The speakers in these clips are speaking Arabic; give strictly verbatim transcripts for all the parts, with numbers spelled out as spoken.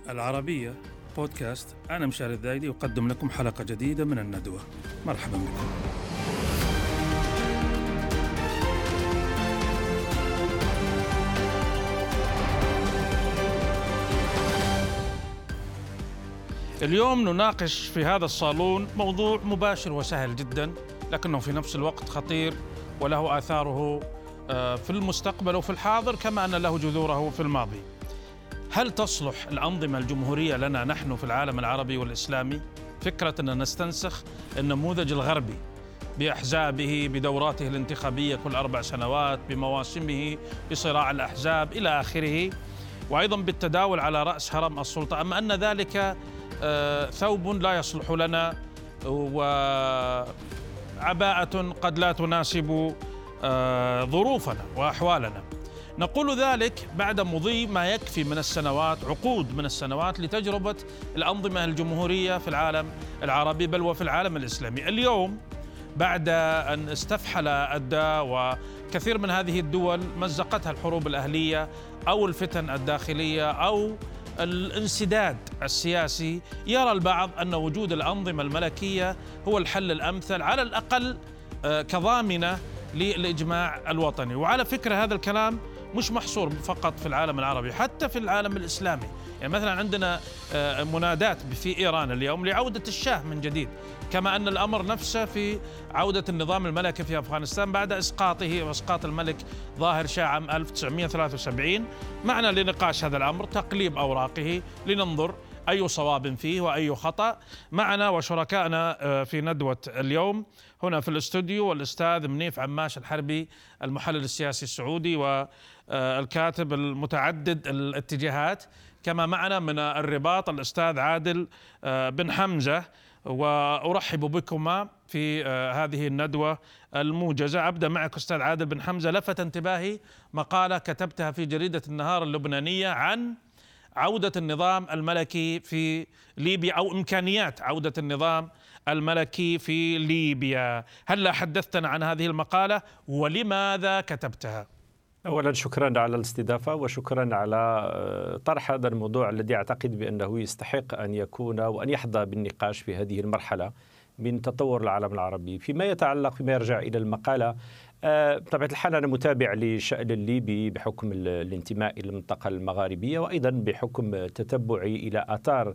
العربية بودكاست. أنا مشاري الذايدي أقدم لكم حلقة جديدة من الندوة. مرحبا بكم. اليوم نناقش في هذا الصالون موضوع مباشر وسهل جدا، لكنه في نفس الوقت خطير وله آثاره في المستقبل وفي الحاضر، كما أن له جذوره في الماضي. هل تصلح الأنظمة الجمهورية لنا نحن في العالم العربي والإسلامي؟ فكرة أن نستنسخ النموذج الغربي بأحزابه، بدوراته الانتخابية كل أربع سنوات، بمواسمه، بصراع الأحزاب إلى آخره، وأيضا بالتداول على رأس هرم السلطة، أما أن ذلك ثوب لا يصلح لنا وعباءة قد لا تناسب ظروفنا وأحوالنا. نقول ذلك بعد مضي ما يكفي من السنوات، عقود من السنوات، لتجربة الأنظمة الجمهورية في العالم العربي بل وفي العالم الإسلامي. اليوم بعد أن استفحل الداء وكثير من هذه الدول مزقتها الحروب الأهلية أو الفتن الداخلية أو الانسداد السياسي، يرى البعض أن وجود الأنظمة الملكية هو الحل الأمثل، على الأقل كضامنة للإجماع الوطني. وعلى فكرة هذا الكلام مش محصور فقط في العالم العربي، حتى في العالم الإسلامي. يعني مثلا عندنا منادات في إيران اليوم لعودة الشاه من جديد، كما أن الأمر نفسه في عودة النظام الملكي في أفغانستان بعد إسقاطه وإسقاط الملك ظاهر شاه عام ألف وتسعمئة وثلاثة وسبعين. معنا لنقاش هذا الأمر تقليب أوراقه لننظر أي صواب فيه وأي خطأ. معنا وشركائنا في ندوة اليوم هنا في الاستوديو والأستاذ منيف عماش الحربي، المحلل السياسي السعودي والكاتب المتعدد الاتجاهات، كما معنا من الرباط الأستاذ عادل بن حمزة. وأرحب بكما في هذه الندوة الموجزة. أبدأ معك أستاذ عادل بن حمزة. لفت انتباهي مقالة كتبتها في جريدة النهار اللبنانية عن عودة النظام الملكي في ليبيا أو إمكانيات عودة النظام الملكي في ليبيا. هل حدثتنا عن هذه المقالة ولماذا كتبتها؟ أولا شكرا على الاستضافة وشكرا على طرح هذا الموضوع الذي أعتقد بأنه يستحق أن يكون وأن يحظى بالنقاش في هذه المرحلة من تطور العالم العربي. فيما يتعلق فيما يرجع إلى المقالة، بطبيعة الحال أنا متابع للشأن الليبي بحكم الانتماء إلى المنطقة المغاربية، وأيضا بحكم تتبعي إلى آثار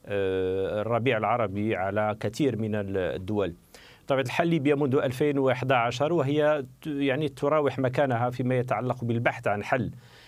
الربيع العربي على كثير من الدول. طبعا الحال ليبيا منذ ألفين وأحد عشر وهي يعني تراوح مكانها فيما يتعلق بالبحث عن حل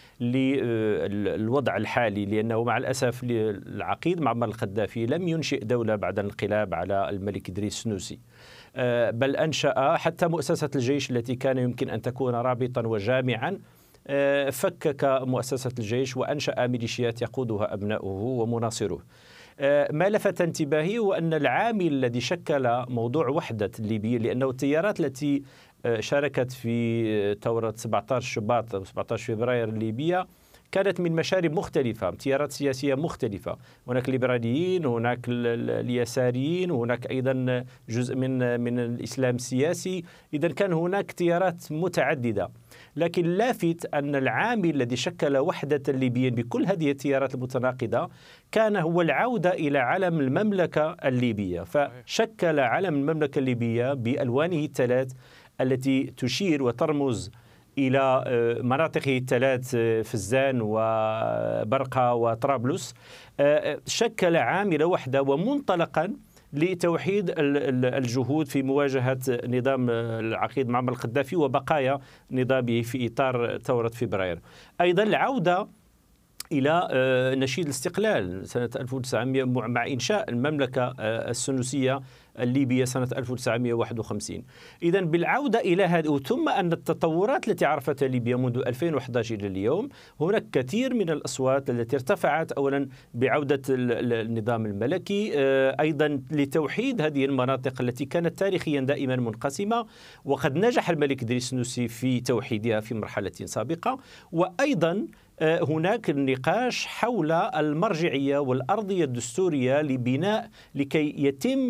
للوضع الحالي، لأنه مع الأسف العقيد معمر القذافي لم ينشئ دولة بعد الانقلاب على الملك إدريس السنوسي، بل أنشأ حتى مؤسسة الجيش التي كان يمكن أن تكون رابطا وجامعا، فكك مؤسسة الجيش وأنشأ ميليشيات يقودها أبناؤه ومناصروه. ما لفت انتباهي هو أن العامل الذي شكل موضوع وحدة الليبيين، لأنه التيارات التي شاركت في ثورة سبعة عشر شباط أو سبعة عشر فبراير الليبية كانت من مشارب مختلفة، تيارات سياسية مختلفة. هناك الليبراليين، هناك اليساريين، وهناك أيضا جزء من من الإسلام السياسي. إذا كان هناك تيارات متعددة، لكن لافت أن العامل الذي شكل وحدة الليبيين بكل هذه التيارات المتناقضة كان هو العودة إلى علم المملكة الليبية. فشكل علم المملكة الليبية بألوانه الثلاث التي تشير وترمز إلى مناطقه الثلاث، فزان وبرقة وطرابلس، شكل عامل وحدة ومنطلقا لتوحيد الجهود في مواجهة نظام العقيد معمر القذافي وبقايا نظامه في إطار ثورة فبراير. أيضا العودة إلى نشيد الاستقلال سنة ألف وتسعمئة مع إنشاء المملكة السنوسية الليبية سنة ألف وتسعمئة وواحد وخمسين. إذا بالعودة إلى هذا، ثم أن التطورات التي عرفتها ليبيا منذ ألفين وأحد عشر إلى اليوم، هناك كثير من الأصوات التي ارتفعت أولا بعودة النظام الملكي، أيضا لتوحيد هذه المناطق التي كانت تاريخيا دائما منقسمة، وقد نجح الملك إدريس السنوسي في توحيدها في مرحلة سابقة. وأيضا هناك النقاش حول المرجعية والأرضية الدستورية لبناء لكي يتم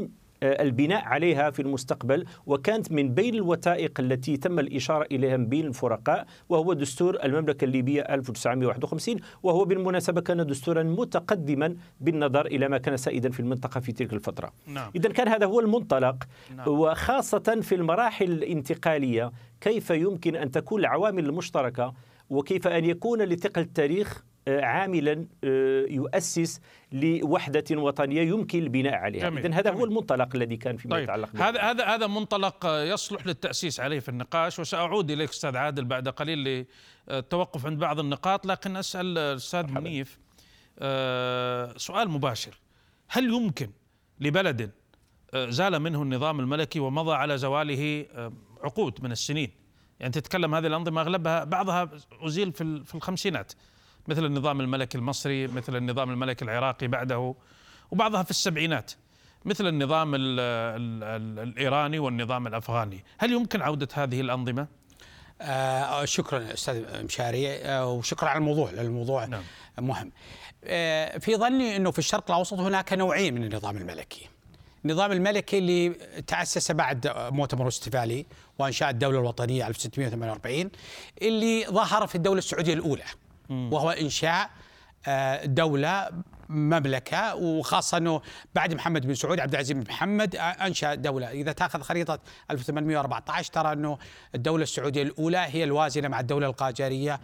البناء عليها في المستقبل، وكانت من بين الوثائق التي تم الإشارة إليها من بين الفرقاء وهو دستور المملكة الليبية ألف وتسعمائة وواحد وخمسين، وهو بالمناسبة كان دستورا متقدما بالنظر إلى ما كان سائدا في المنطقة في تلك الفترة. نعم. إذن كان هذا هو المنطلق. نعم. وخاصة في المراحل الانتقالية كيف يمكن أن تكون العوامل المشتركة، وكيف أن يكون لثقل التاريخ عاملا يؤسس لوحدة وطنية يمكن البناء عليها. إذن هذا جميل. هو المنطلق الذي كان فيما طيب. يتعلق به هذا هذا هذا منطلق يصلح للتأسيس عليه في النقاش، وسأعود إليك أستاذ عادل بعد قليل للتوقف عند بعض النقاط، لكن أسأل الأستاذ منيف سؤال مباشر: هل يمكن لبلد زال منه النظام الملكي ومضى على زواله عقود من السنين، يعني تتكلم هذه الأنظمة أغلبها بعضها أزيل في في الخمسينات، مثل النظام الملكي المصري، مثل النظام الملكي العراقي بعده، وبعضها في السبعينات مثل النظام ال ال ال الإيراني والنظام الأفغاني، هل يمكن عودة هذه الأنظمة؟ آه شكرا أستاذ مشاري، آه وشكرا على الموضوع، لأن الموضوع نعم. مهم. آه في ظني أنه في الشرق الأوسط هناك نوعين من النظام الملكي. النظام الملكي اللي تأسس بعد مؤتمر استفالي وإنشاء الدولة الوطنية ألف وستمائة وثمانية وأربعين، اللي ظهر في الدولة السعودية الأولى، وهو إنشاء دولة مملكة، وخاصة أنه بعد محمد بن سعود عبد العزيز بن محمد أنشأ دولة. إذا تأخذ خريطة ألف وثمانمائة وأربعة عشر ترى أنه الدولة السعودية الأولى هي الوازنة مع الدولة القاجارية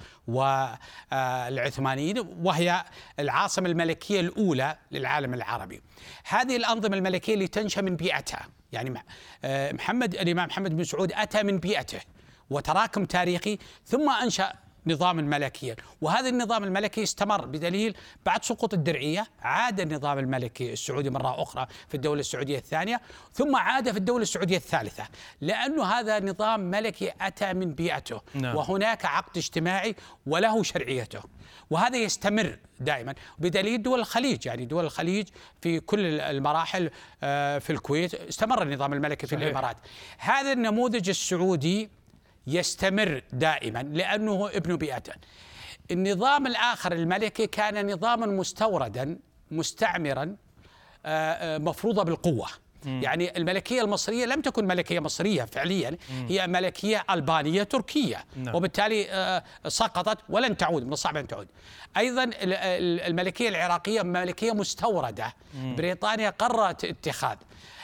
والعثمانيين، وهي العاصمة الملكية الأولى للعالم العربي. هذه الأنظمة الملكية اللي تنشأ من بيئتها، يعني محمد الإمام محمد بن سعود أتى من بيئته وتراكم تاريخي ثم أنشأ نظام ملكيا، وهذا النظام الملكي استمر، بدليل بعد سقوط الدرعية عاد النظام الملكي السعودي مرة أخرى في الدولة السعودية الثانية، ثم عاد في الدولة السعودية الثالثة، لأنه هذا نظام ملكي أتى من بيئته. نعم. وهناك عقد اجتماعي وله شرعيته، وهذا يستمر دائما، بدليل دول الخليج، يعني دول الخليج في كل المراحل، في الكويت استمر النظام الملكي في الإمارات. هذا النموذج السعودي يستمر دائما لأنه ابن بيئته. النظام الآخر الملكي كان نظاما مستوردا مستعمرا مفروضة بالقوة. مم. يعني الملكية المصرية لم تكن ملكية مصرية فعليا، مم. هي ملكية ألبانية تركية. نعم. وبالتالي سقطت ولن تعود، من الصعب أن تعود. أيضا الملكية العراقية ملكية مستوردة. مم. بريطانيا قررت اتخاذ.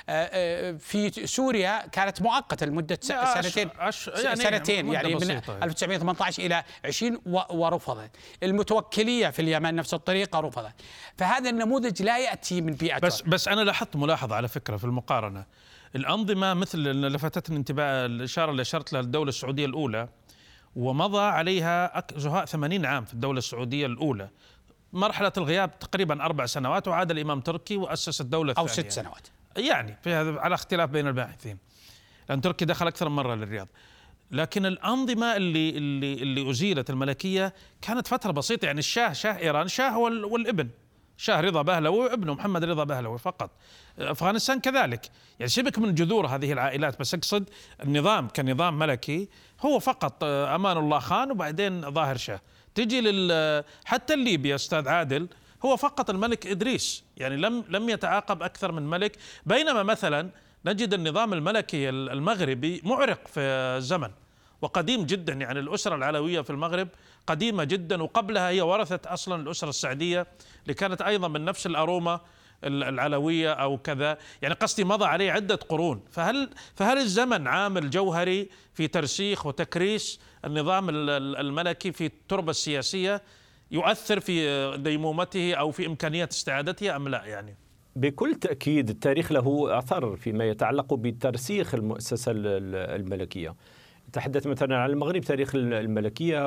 في سوريا كانت مؤقتة لمدة سنتين أش... أش... يعني سنتين يعني من ألف وتسعمائة وثمانية عشر إلى عشرين ورفضت. المتوكلية في اليمن نفس الطريقة رفضت. فهذا النموذج لا يأتي من بيئة. بس بس أنا لاحظت ملاحظة على فكرة في المقارنة، الأنظمة مثل لفتتني الانتباه الإشارة اللي أشرت لها الدولة السعودية الأولى، ومضى عليها زهاء ثمانين عام في الدولة السعودية الأولى، مرحلة الغياب تقريبا أربع سنوات، وعاد الإمام تركي وأسس الدولة الثانية أو ست سنوات يعني في هذا على اختلاف بين الباحثين، لأن تركي دخل أكثر من مرة للرياض. لكن الأنظمة اللي اللي اللي أزيلت الملكية كانت فترة بسيطة، يعني الشاه شاه إيران شاه والابن شاه رضا بهلوي وابنه محمد رضا بهلوي فقط. أفغانستان كذلك، يعني سيبك من جذور هذه العائلات، بس أقصد النظام كنظام ملكي هو فقط أمان الله خان وبعدين ظاهر شاه. تجي لل حتى الليبيا أستاذ عادل هو فقط الملك إدريس، يعني لم لم يتعاقب أكثر من ملك، بينما مثلا نجد النظام الملكي المغربي معرق في الزمن وقديم جدا، يعني الأسرة العلوية في المغرب قديمة جدا، وقبلها هي ورثت أصلا الأسرة السعدية اللي كانت أيضا من نفس الأرومة العلوية أو كذا، يعني قصدي مضى عليه عدة قرون. فهل فهل الزمن عامل جوهري في ترسيخ وتكريس النظام الملكي في التربة السياسية يؤثر في ديمومته أو في إمكانية استعادتها أم لا؟ يعني بكل تأكيد التاريخ له أثر فيما يتعلق بترسيخ المؤسسة الملكية. تحدث مثلا عن المغرب، تاريخ الملكية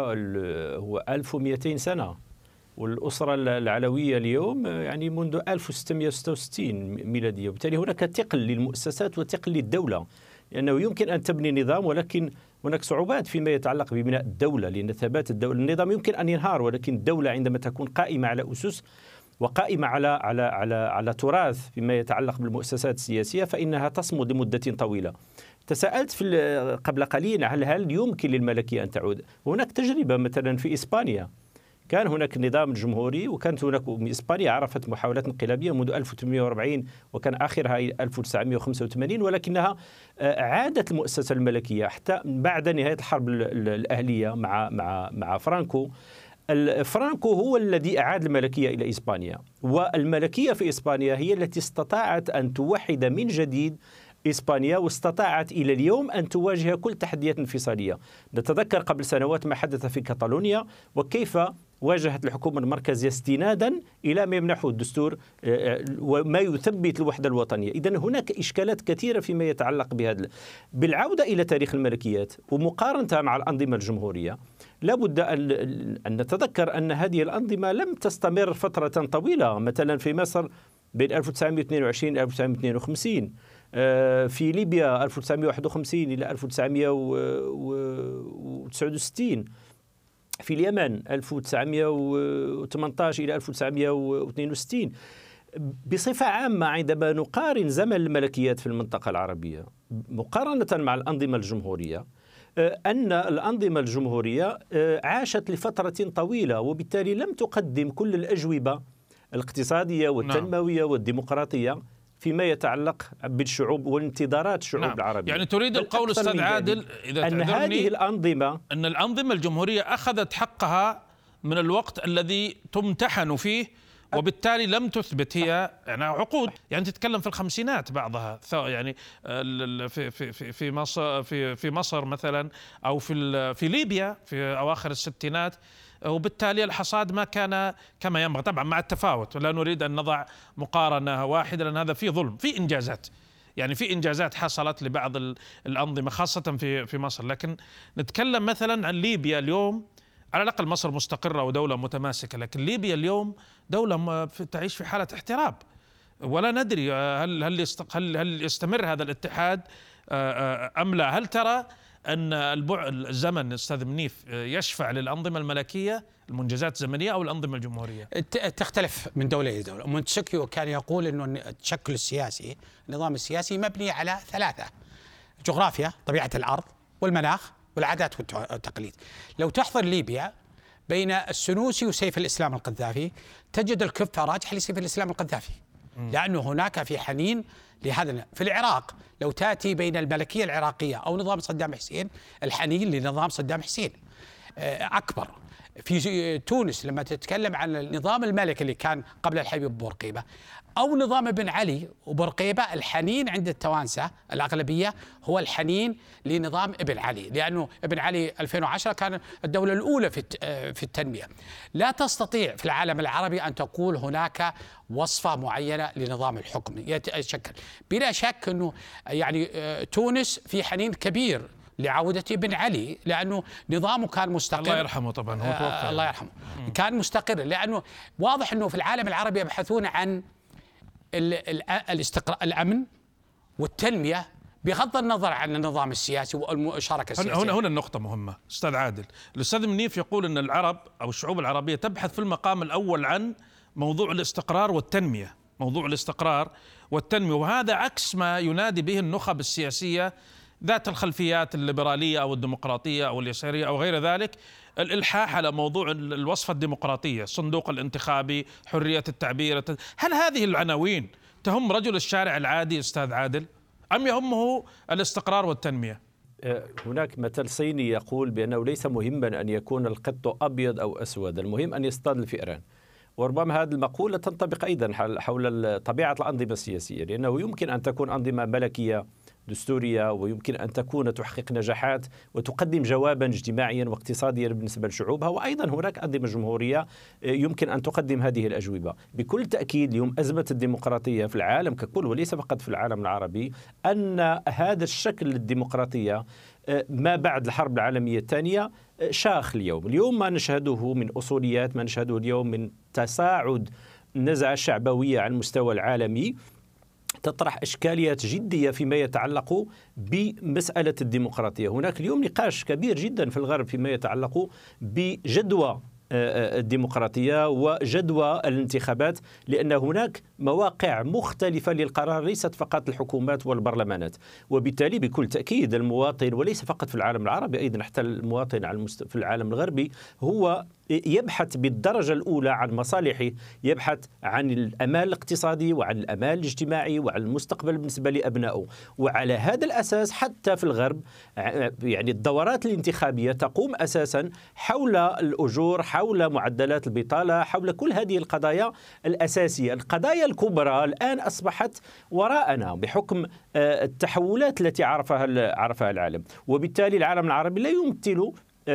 هو ألف ومئتين سنة، والأسرة العلوية اليوم يعني منذ ألف وستمائة وستة وستين ميلادية، وبالتالي هناك ثقل للمؤسسات وثقل للدولة، لأنه يمكن أن تبني نظام ولكن هناك صعوبات فيما يتعلق ببناء الدولة، لأن ثبات الدولة النظام يمكن أن ينهار، ولكن الدولة عندما تكون قائمة على أسس وقائمة على على على على تراث فيما يتعلق بالمؤسسات السياسية فإنها تصمد لمدة طويلة. تساءلت في قبل قليل هل هل يمكن للملكية أن تعود؟ هناك تجربة مثلا في إسبانيا، كان هناك نظام جمهوري، وكانت هناك إسبانيا عرفت محاولات انقلابية منذ ألف وثمانمئة وأربعين وكان آخرها ألف وتسعمئة وخمسة وثمانين، ولكنها عادت المؤسسة الملكية حتى بعد نهاية الحرب الأهلية مع مع مع فرانكو. فرانكو هو الذي أعاد الملكية إلى إسبانيا، والملكية في إسبانيا هي التي استطاعت أن توحد من جديد إسبانيا، واستطاعت إلى اليوم أن تواجه كل تحديات انفصالية. نتذكر قبل سنوات ما حدث في كاتالونيا وكيف واجهت الحكومة المركزية استنادا إلى ما يمنحه الدستور وما يثبت الوحدة الوطنية. إذن هناك إشكالات كثيرة فيما يتعلق بهذا. بالعودة إلى تاريخ الملكيات ومقارنتها مع الأنظمة الجمهورية، لابد أن نتذكر أن هذه الأنظمة لم تستمر فترة طويلة. مثلا في مصر بين ألف وتسعمئة واثنين وعشرين إلى ألف وتسعمئة واثنين وخمسين، في ليبيا ألف وتسعمئة وواحد وخمسين إلى ألف وتسعمئة وتسعة وستين، في اليمن ألف وتسعمئة وثمانية عشر إلى ألف وتسعمئة واثنين وستين. بصفة عامة عندما نقارن زمن الملكيات في المنطقة العربية مقارنة مع الأنظمة الجمهورية، أن الأنظمة الجمهورية عاشت لفترة طويلة وبالتالي لم تقدم كل الأجوبة الاقتصادية والتنموية والديمقراطية فيما يتعلق بالشعوب وانتظارات الشعوب نعم. العربية. يعني تريد القول أستاذ عادل إذا أن هذه الأنظمة أن الأنظمة الجمهورية أخذت حقها من الوقت الذي تمتحن فيه، وبالتالي لم تثبت هي يعني عقود. يعني تتكلم في الخمسينات بعضها، يعني في في في في مصر في في مصر مثلا، او في في ليبيا في اواخر الستينات، وبالتالي الحصاد ما كان كما ينبغي. طبعا مع التفاوت، لا نريد ان نضع مقارنه واحده لان هذا فيه ظلم. في انجازات، يعني في انجازات حصلت لبعض الانظمه خاصه في في مصر، لكن نتكلم مثلا عن ليبيا اليوم. على الأقل مصر مستقرة ودولة متماسكة، لكن ليبيا اليوم دولة تعيش في حالة احتراب، ولا ندري هل هل هل هل يستمر هذا الاتحاد أم لا. هل ترى أن البعد الزمن أستاذ منيف يشفع للأنظمة الملكية المنجزات الزمنية أو الأنظمة الجمهورية؟ تختلف من دولة إلى دولة. مونتسكيو كان يقول أنه التشكل السياسي، النظام السياسي مبني على ثلاثة: جغرافيا، طبيعة الأرض، والمناخ، والعادات والتقاليد. لو تحضر ليبيا بين السنوسي وسيف الإسلام القذافي تجد الكفة راجح لسيف الإسلام القذافي، لأنه هناك في حنين لهذا. في العراق لو تأتي بين الملكية العراقية أو نظام صدام حسين، الحنين لنظام صدام حسين أكبر. في تونس لما تتكلم عن النظام الملكي اللي كان قبل الحبيب بورقيبة أو نظام ابن علي وبورقيبة، الحنين عند التوانسة الأغلبية هو الحنين لنظام ابن علي، لأنه ابن علي ألفين وعشرة كان الدولة الأولى في في التنمية. لا تستطيع في العالم العربي أن تقول هناك وصفة معينة لنظام الحكم يتشكل. بلا شك أنه يعني تونس في حنين كبير لعودة ابن علي، لأنه نظامه كان مستقر. الله يرحمه طبعا، هو توفى. الله يرحمه. م. كان مستقر، لأنه واضح أنه في العالم العربي يبحثون عن الاستقرار، الأمن والتنمية، بغض النظر عن النظام السياسي والمشاركة السياسية. هنا هنا النقطة مهمة أستاذ عادل. الأستاذ منيف يقول أن العرب أو الشعوب العربية تبحث في المقام الأول عن موضوع الاستقرار والتنمية، موضوع الاستقرار والتنمية، وهذا عكس ما ينادي به النخب السياسية ذات الخلفيات الليبرالية أو الديمقراطية أو اليسارية أو غير ذلك. الإلحاح على موضوع الوصفة الديمقراطية، الصندوق الانتخابي، حرية التعبير. هل هذه العناوين تهم رجل الشارع العادي أستاذ عادل أم يهمه الاستقرار والتنمية؟ هناك مثل صيني يقول بأنه ليس مهما أن يكون القط أبيض أو أسود، المهم أن يصطاد الفئران. وربما هذه المقولة تنطبق أيضا حول طبيعة الأنظمة السياسية، لأنه يمكن أن تكون أنظمة ملكية دستورية ويمكن أن تكون تحقق نجاحات وتقدم جوابا اجتماعيا واقتصاديا بالنسبة لشعوبها، وأيضا هناك أنظمة جمهورية يمكن أن تقدم هذه الأجوبة. بكل تأكيد اليوم أزمة الديمقراطية في العالم ككل وليس فقط في العالم العربي، أن هذا الشكل للديمقراطية ما بعد الحرب العالمية الثانية شاخ اليوم. اليوم ما نشهده من أصوليات، ما نشهده اليوم من تصاعد النزعة الشعبوية على المستوى العالمي، تطرح إشكاليات جدية فيما يتعلق بمسألة الديمقراطية. هناك اليوم نقاش كبير جدا في الغرب فيما يتعلق بجدوى الديمقراطية وجدوى الانتخابات، لأن هناك مواقع مختلفة للقرار، ليست فقط الحكومات والبرلمانات. وبالتالي بكل تأكيد المواطن، وليس فقط في العالم العربي، أيضا حتى المواطن على المست... في العالم الغربي، هو يبحث بالدرجة الأولى عن مصالحه، يبحث عن الأمان الاقتصادي وعن الأمان الاجتماعي وعن المستقبل بالنسبة لأبنائه. وعلى هذا الأساس حتى في الغرب يعني الدورات الانتخابية تقوم أساسا حول الأجور، حول معدلات البطالة، حول كل هذه القضايا الأساسية. القضايا الكبرى الآن أصبحت وراءنا بحكم التحولات التي عرفها عرفها العالم، وبالتالي العالم العربي لا يمثل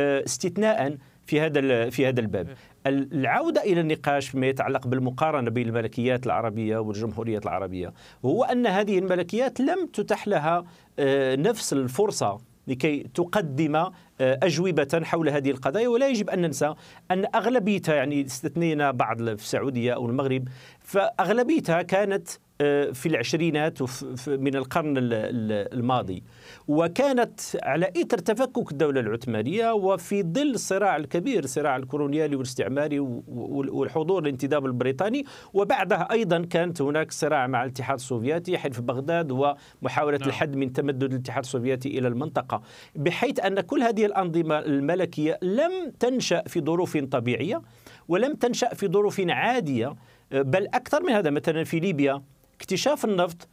استثناء في هذا في هذا الباب. العودة إلى النقاش فيما يتعلق بالمقارنة بين الملكيات العربية والجمهوريات العربية هو أن هذه الملكيات لم تتح لها نفس الفرصة لكي تقدم أجوبة حول هذه القضايا. ولا يجب أن ننسى أن أغلبيتها، يعني استثنينا بعض في السعودية أو المغرب، فأغلبيتها كانت في العشرينات من القرن الماضي، وكانت على إثر تفكك الدولة العثمانية وفي ظل الصراع الكبير، الصراع الكولونيالي والاستعماري والحضور الانتداب البريطاني، وبعدها أيضا كانت هناك صراع مع الاتحاد السوفيتي حلف بغداد ومحاولة نعم. الحد من تمدد الاتحاد السوفيتي إلى المنطقة، بحيث أن كل هذه الأنظمة الملكية لم تنشأ في ظروف طبيعية ولم تنشأ في ظروف عادية، بل أكثر من هذا. مثلا في ليبيا اكتشاف النفط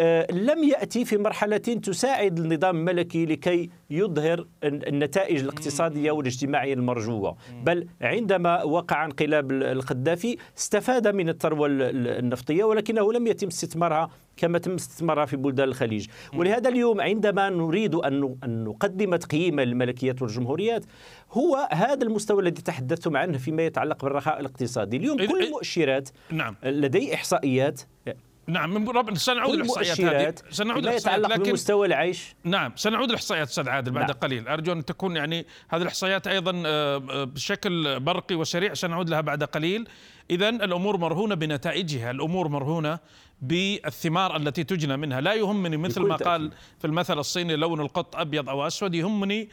لم يأتي في مرحلة تساعد النظام الملكي لكي يظهر النتائج الاقتصادية والاجتماعية المرجوة، بل عندما وقع انقلاب القذافي استفاد من الثروة النفطية، ولكنه لم يتم استثمارها كما تم استثمارها في بلدان الخليج. ولهذا اليوم عندما نريد أن نقدم تقييم الملكيات والجمهوريات هو هذا المستوى الذي تحدثتم عنه فيما يتعلق بالرخاء الاقتصادي. اليوم كل المؤشرات نعم. لدي إحصائيات نعم من رب سنعود للإحصائيات هذه، سنعود للإحصائيات لكن بمستوى العيش. نعم سنعود للإحصائيات أستاذ عادل بعد نعم. قليل. أرجو أن تكون يعني هذه الإحصائيات أيضا بشكل برقي وسريع، سنعود لها بعد قليل. إذن الأمور مرهونة بنتائجها، الأمور مرهونة بالثمار التي تجنى منها. لا يهمني مثل ما قال في المثل الصيني لون القط أبيض أو أسود، يهمني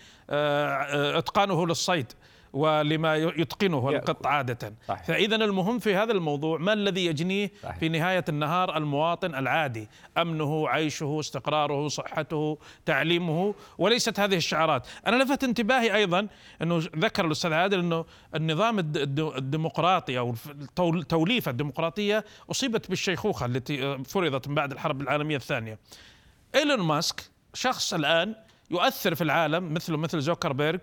إتقانه للصيد ولما يتقنه القط عادة. فإذا المهم في هذا الموضوع ما الذي يجنيه في نهاية النهار المواطن العادي، أمنه، عيشه، استقراره، صحته، تعليمه، وليست هذه الشعارات. أنا لفت انتباهي أيضا أنه ذكر الأستاذ عادل أنه النظام الديمقراطي أو التوليفة الديمقراطية أصيبت بالشيخوخة التي فرضت من بعد الحرب العالمية الثانية. إيلون ماسك شخص الآن يؤثر في العالم مثله مثل زوكربيرغ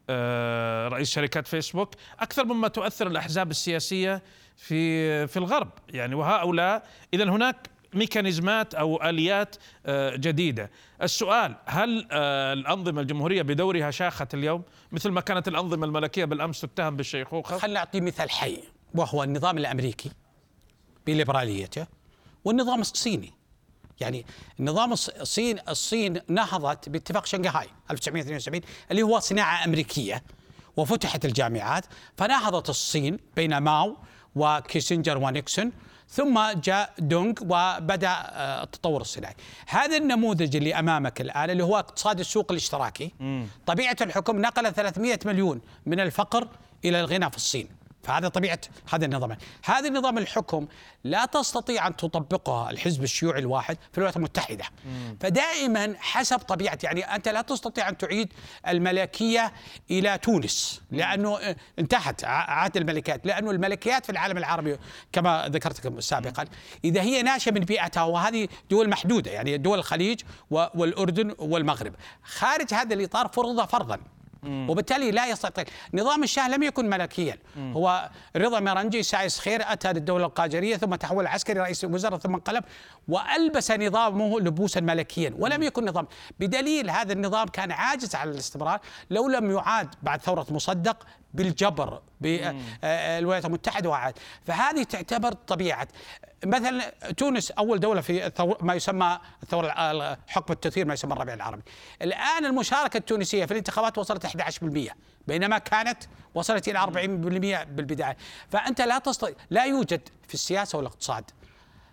رئيس شركات فيسبوك أكثر مما تؤثر الأحزاب السياسية في في الغرب يعني. وهؤلاء إذا هناك ميكانيزمات أو آليات جديدة. السؤال هل الأنظمة الجمهورية بدورها شاخت اليوم مثل ما كانت الأنظمة الملكية بالأمس تتهم بالشيخوخة؟ خلنا أعطي مثال حي وهو النظام الأمريكي بليبراليته والنظام الصيني. يعني النظام الصين الصين نهضت باتفاق شنغهاي ألف وتسعمائة واثنين وسبعين اللي هو صناعة أمريكية، وفتحت الجامعات، فنهضت الصين بين ماو وكيسنجر ونيكسون، ثم جاء دونغ وبدأ التطور الصناعي. هذا النموذج اللي أمامك الآن اللي هو اقتصاد السوق الاشتراكي، طبيعة الحكم نقل ثلاثمائة مليون من الفقر إلى الغنى في الصين. فهذا طبيعة هذا النظام. هذا النظام الحكم لا تستطيع أن تطبقها الحزب الشيوعي الواحد في الولايات المتحدة. مم. فدائما حسب طبيعة، يعني أنت لا تستطيع أن تعيد الملكية إلى تونس لأنه انتهت عهد الملكيات، لأنه الملكيات في العالم العربي كما ذكرت سابقا إذا هي ناشئة من بيئتها، وهذه دول محدودة يعني دول الخليج والأردن والمغرب، خارج هذا الإطار فرض فرضا، وبالتالي لا يستطيع. نظام الشاه لم يكن ملكيا، هو رضا ميرنجي سايس خير أتى للدولة القاجرية ثم تحول عسكري رئيس الوزراء ثم انقلب وألبس نظامه لبوسا ملكيا، ولم يكن نظام. بدليل هذا النظام كان عاجز على الاستمرار لو لم يعاد بعد ثورة مصدق بالجبر بالولايات المتحدة وعاد. فهذه تعتبر طبيعة. مثلا تونس أول دولة في ما يسمى الثورة حكم التثوير ما يسمى الربيع العربي. الآن المشاركة التونسية في الانتخابات وصلت إحدى عشر بالمئة بينما كانت وصلت إلى أربعين بالمئة بالبداية. فأنت لا تستطيع، لا يوجد في السياسة والاقتصاد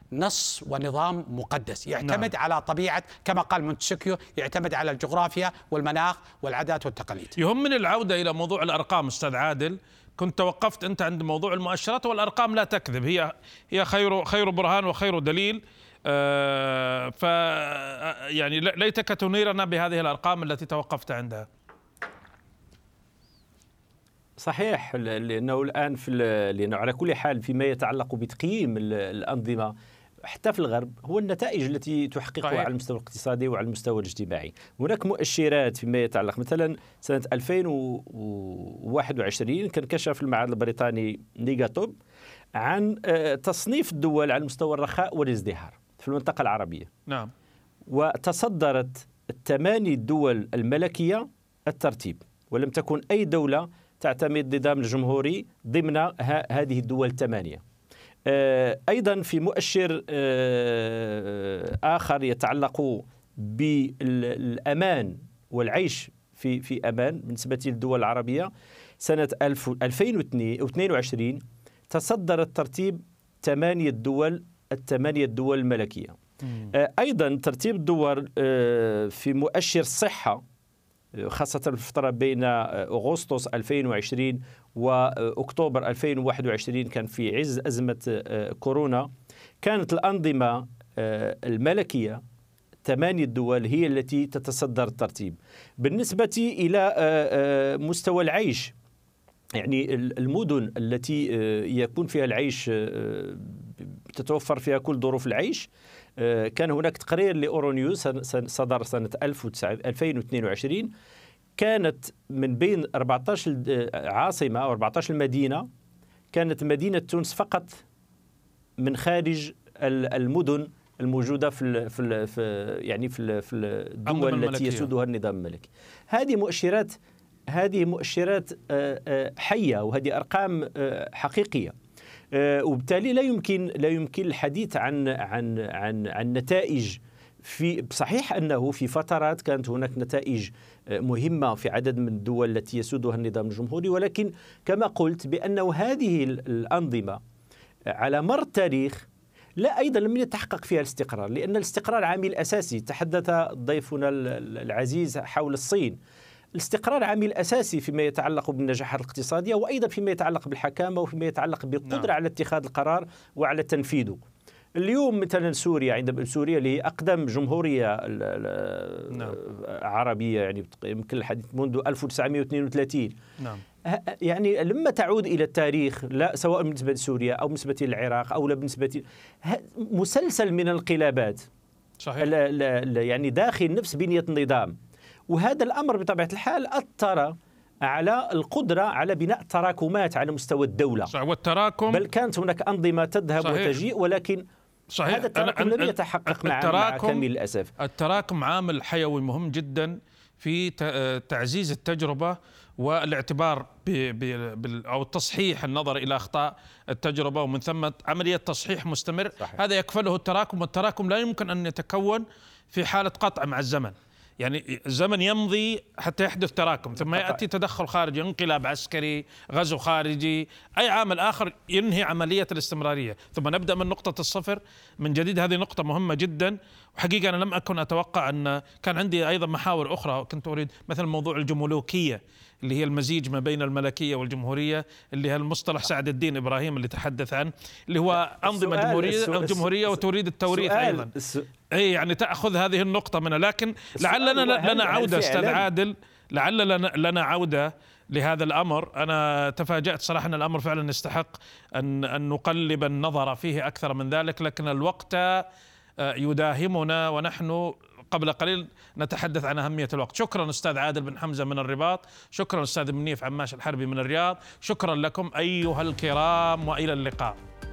نص ونظام مقدس يعتمد نعم. على طبيعة، كما قال مونتسكيو، يعتمد على الجغرافيا والمناخ والعادات والتقاليد. يهمني العودة إلى موضوع الأرقام أستاذ عادل. كنت توقفت أنت عند موضوع المؤشرات، والأرقام لا تكذب، هي هي خير خير برهان وخير دليل. آه ف يعني ليتك تنيرنا بهذه الأرقام التي توقفت عندها. صحيح، لأنه الآن في لأنه على كل حال فيما يتعلق بتقييم الأنظمة حتى في الغرب هو النتائج التي تحققها صحيح. على المستوى الاقتصادي وعلى المستوى الاجتماعي. هناك مؤشرات فيما يتعلق مثلا سنة ألفين وواحد وعشرين كان كشف المعهد البريطاني نيغاتوب عن تصنيف الدول على مستوى الرخاء والازدهار في المنطقة العربية. نعم. وتصدرت الثماني الدول الملكية الترتيب، ولم تكن أي دولة تعتمد النظام الجمهوري ضمن هذه الدول الثمانية. أيضا في مؤشر آخر يتعلق بالأمان والعيش في في أمان بالنسبة للدول العربية، سنة ألفين واثنين وعشرين تصدر الترتيب ثمانية دول الثمانية الدول الملكية. أيضا ترتيب الدول في مؤشر الصحة خاصة في الفترة بين أغسطس ألفين وعشرين وأكتوبر ألفين وواحد وعشرين كان في عز أزمة كورونا، كانت الأنظمة الملكية ثمانية دول هي التي تتصدر الترتيب. بالنسبة إلى مستوى العيش، يعني المدن التي يكون فيها العيش تتوفر فيها كل ظروف العيش، كان هناك تقرير لأورونيوس صدر سنة ألفين واثنين وعشرين، كانت من بين أربعة عشر عاصمة أو أربعة عشر مدينة كانت مدينة تونس فقط من خارج المدن الموجودة في في في يعني في في الدول التي يسودها النظام الملكي. هذه مؤشرات هذه مؤشرات حية، وهذه أرقام حقيقية، وبالتالي لا يمكن لا يمكن الحديث عن عن عن عن نتائج. في صحيح أنه في فترات كانت هناك نتائج مهمة في عدد من الدول التي يسودها النظام الجمهوري، ولكن كما قلت بأنه هذه الأنظمة على مر التاريخ لا أيضا لم يتحقق فيها الاستقرار، لأن الاستقرار عامل أساسي. تحدث ضيفنا العزيز حول الصين. الاستقرار عامل أساسي فيما يتعلق بالنجاحات الاقتصادية، وأيضا فيما يتعلق بالحكامة وفيما يتعلق بالقدرة نعم. على اتخاذ القرار وعلى تنفيذه. اليوم مثلا سوريا، عندما سوريا اللي هي أقدم جمهورية نعم. عربية، يعني يمكن الحديث منذ ألف وتسعمائة واثنين وثلاثين نعم. يعني لما تعود إلى التاريخ، لا سواء بالنسبة لسوريا أو بالنسبة للعراق أو بالنسبة مسلسل من الانقلابات صحيح. لا لا لا يعني داخل نفس بنية النظام، وهذا الأمر بطبيعة الحال أثر على القدرة على بناء تراكمات على مستوى الدولة صحيح. والتراكم بل كانت هناك أنظمة تذهب صحيح. وتجيء، ولكن صحيح. هذا التراكم لم يتحقق مع, مع كامل الأسف. التراكم عامل حيوي مهم جدا في تعزيز التجربة والاعتبار أو تصحيح النظر إلى أخطاء التجربة، ومن ثم عملية تصحيح مستمر صحيح. هذا يكفله التراكم، والتراكم لا يمكن أن يتكون في حالة قطع مع الزمن. يعني الزمن يمضي حتى يحدث تراكم، ثم يأتي تدخل خارجي، انقلاب عسكري، غزو خارجي، أي عامل آخر ينهي عملية الاستمرارية، ثم نبدأ من نقطة الصفر من جديد. هذه نقطة مهمة جدا، وحقيقة أنا لم أكن أتوقع أن كان عندي أيضا محاور أخرى كنت أريد، مثل موضوع الجمهولوكية اللي هي المزيج ما بين الملكية والجمهورية، اللي هي المصطلح سعد الدين إبراهيم اللي تحدث عنه، اللي هو أنظمة جمهورية أو جمهورية وتريد التوريث أيضا. أي يعني تأخذ هذه النقطة منها، لكن لعلنا لنا عودة أستاذ عادل، لعل لنا, لنا عودة لهذا الأمر. أنا تفاجأت صراحة أن الأمر فعلا يستحق أن, أن نقلب النظر فيه أكثر من ذلك، لكن الوقت يداهمنا ونحن قبل قليل نتحدث عن أهمية الوقت. شكرا أستاذ عادل بن حمزة من الرباط، شكرا أستاذ منيف عماش الحربي من الرياض، شكرا لكم أيها الكرام وإلى اللقاء.